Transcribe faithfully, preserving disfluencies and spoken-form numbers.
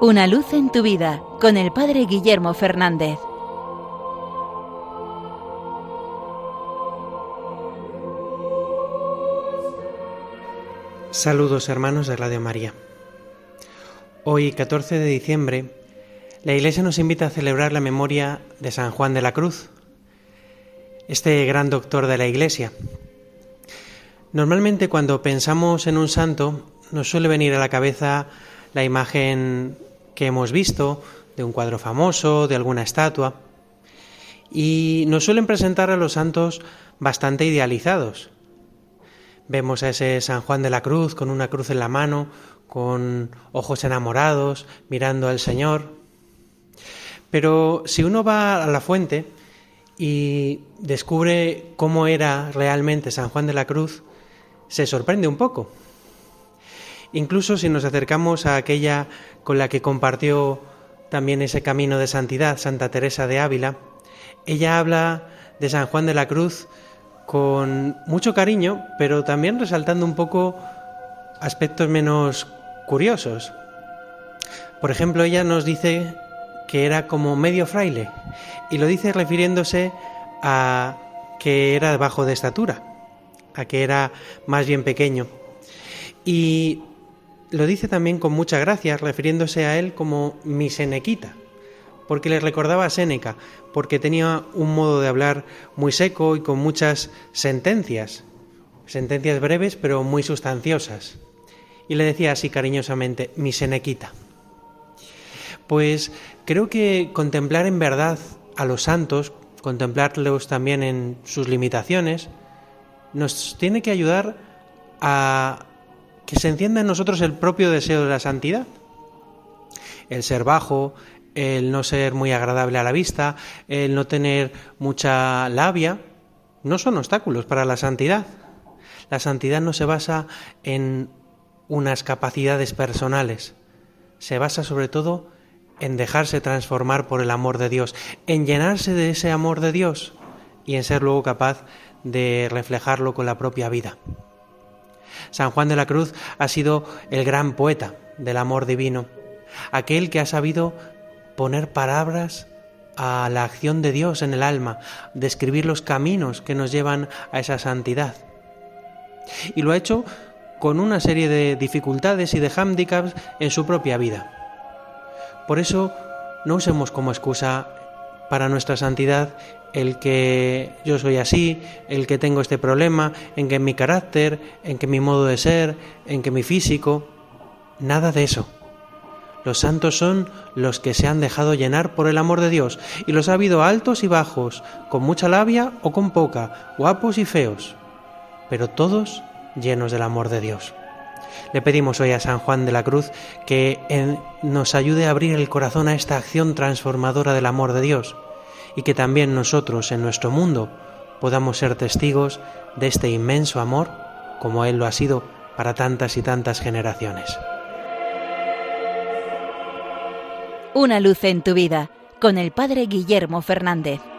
Una luz en tu vida, con el Padre Guillermo Fernández. Saludos, hermanos de Radio María. Hoy, catorce de diciembre, la Iglesia nos invita a celebrar la memoria de San Juan de la Cruz, este gran doctor de la Iglesia. Normalmente, cuando pensamos en un santo, nos suele venir a la cabeza la imagen que hemos visto de un cuadro famoso, de alguna estatua, y nos suelen presentar a los santos bastante idealizados. Vemos a ese San Juan de la Cruz con una cruz en la mano, con ojos enamorados, mirando al Señor. Pero si uno va a la fuente y descubre cómo era realmente San Juan de la Cruz, se sorprende un poco. Incluso si nos acercamos a aquella con la que compartió también ese camino de santidad, Santa Teresa de Ávila, ella habla de San Juan de la Cruz con mucho cariño, pero también resaltando un poco aspectos menos curiosos. Por ejemplo, ella nos dice que era como medio fraile, y lo dice refiriéndose a que era bajo de estatura, a que era más bien pequeño. Y lo dice también con mucha gracia, refiriéndose a él como mi Senequita, porque le recordaba a Séneca, porque tenía un modo de hablar muy seco y con muchas sentencias, sentencias breves pero muy sustanciosas. Y le decía así cariñosamente, mi Senequita. Pues creo que contemplar en verdad a los santos, contemplarlos también en sus limitaciones, nos tiene que ayudar a que se encienda en nosotros el propio deseo de la santidad. El ser bajo, el no ser muy agradable a la vista, el no tener mucha labia, no son obstáculos para la santidad. La santidad no se basa en unas capacidades personales, se basa sobre todo en dejarse transformar por el amor de Dios, en llenarse de ese amor de Dios y en ser luego capaz de reflejarlo con la propia vida. San Juan de la Cruz ha sido el gran poeta del amor divino, aquel que ha sabido poner palabras a la acción de Dios en el alma, describir los caminos que nos llevan a esa santidad. Y lo ha hecho con una serie de dificultades y de hándicaps en su propia vida. Por eso no usemos como excusa para nuestra santidad el que yo soy así, el que tengo este problema, en que mi carácter, en que mi modo de ser, en que mi físico. Nada de eso. Los santos son los que se han dejado llenar por el amor de Dios, y los ha habido altos y bajos, con mucha labia o con poca, guapos y feos, pero todos llenos del amor de Dios. Le pedimos hoy a San Juan de la Cruz que en, nos ayude a abrir el corazón a esta acción transformadora del amor de Dios, y que también nosotros en nuestro mundo podamos ser testigos de este inmenso amor como Él lo ha sido para tantas y tantas generaciones. Una luz en tu vida, con el Padre Guillermo Fernández.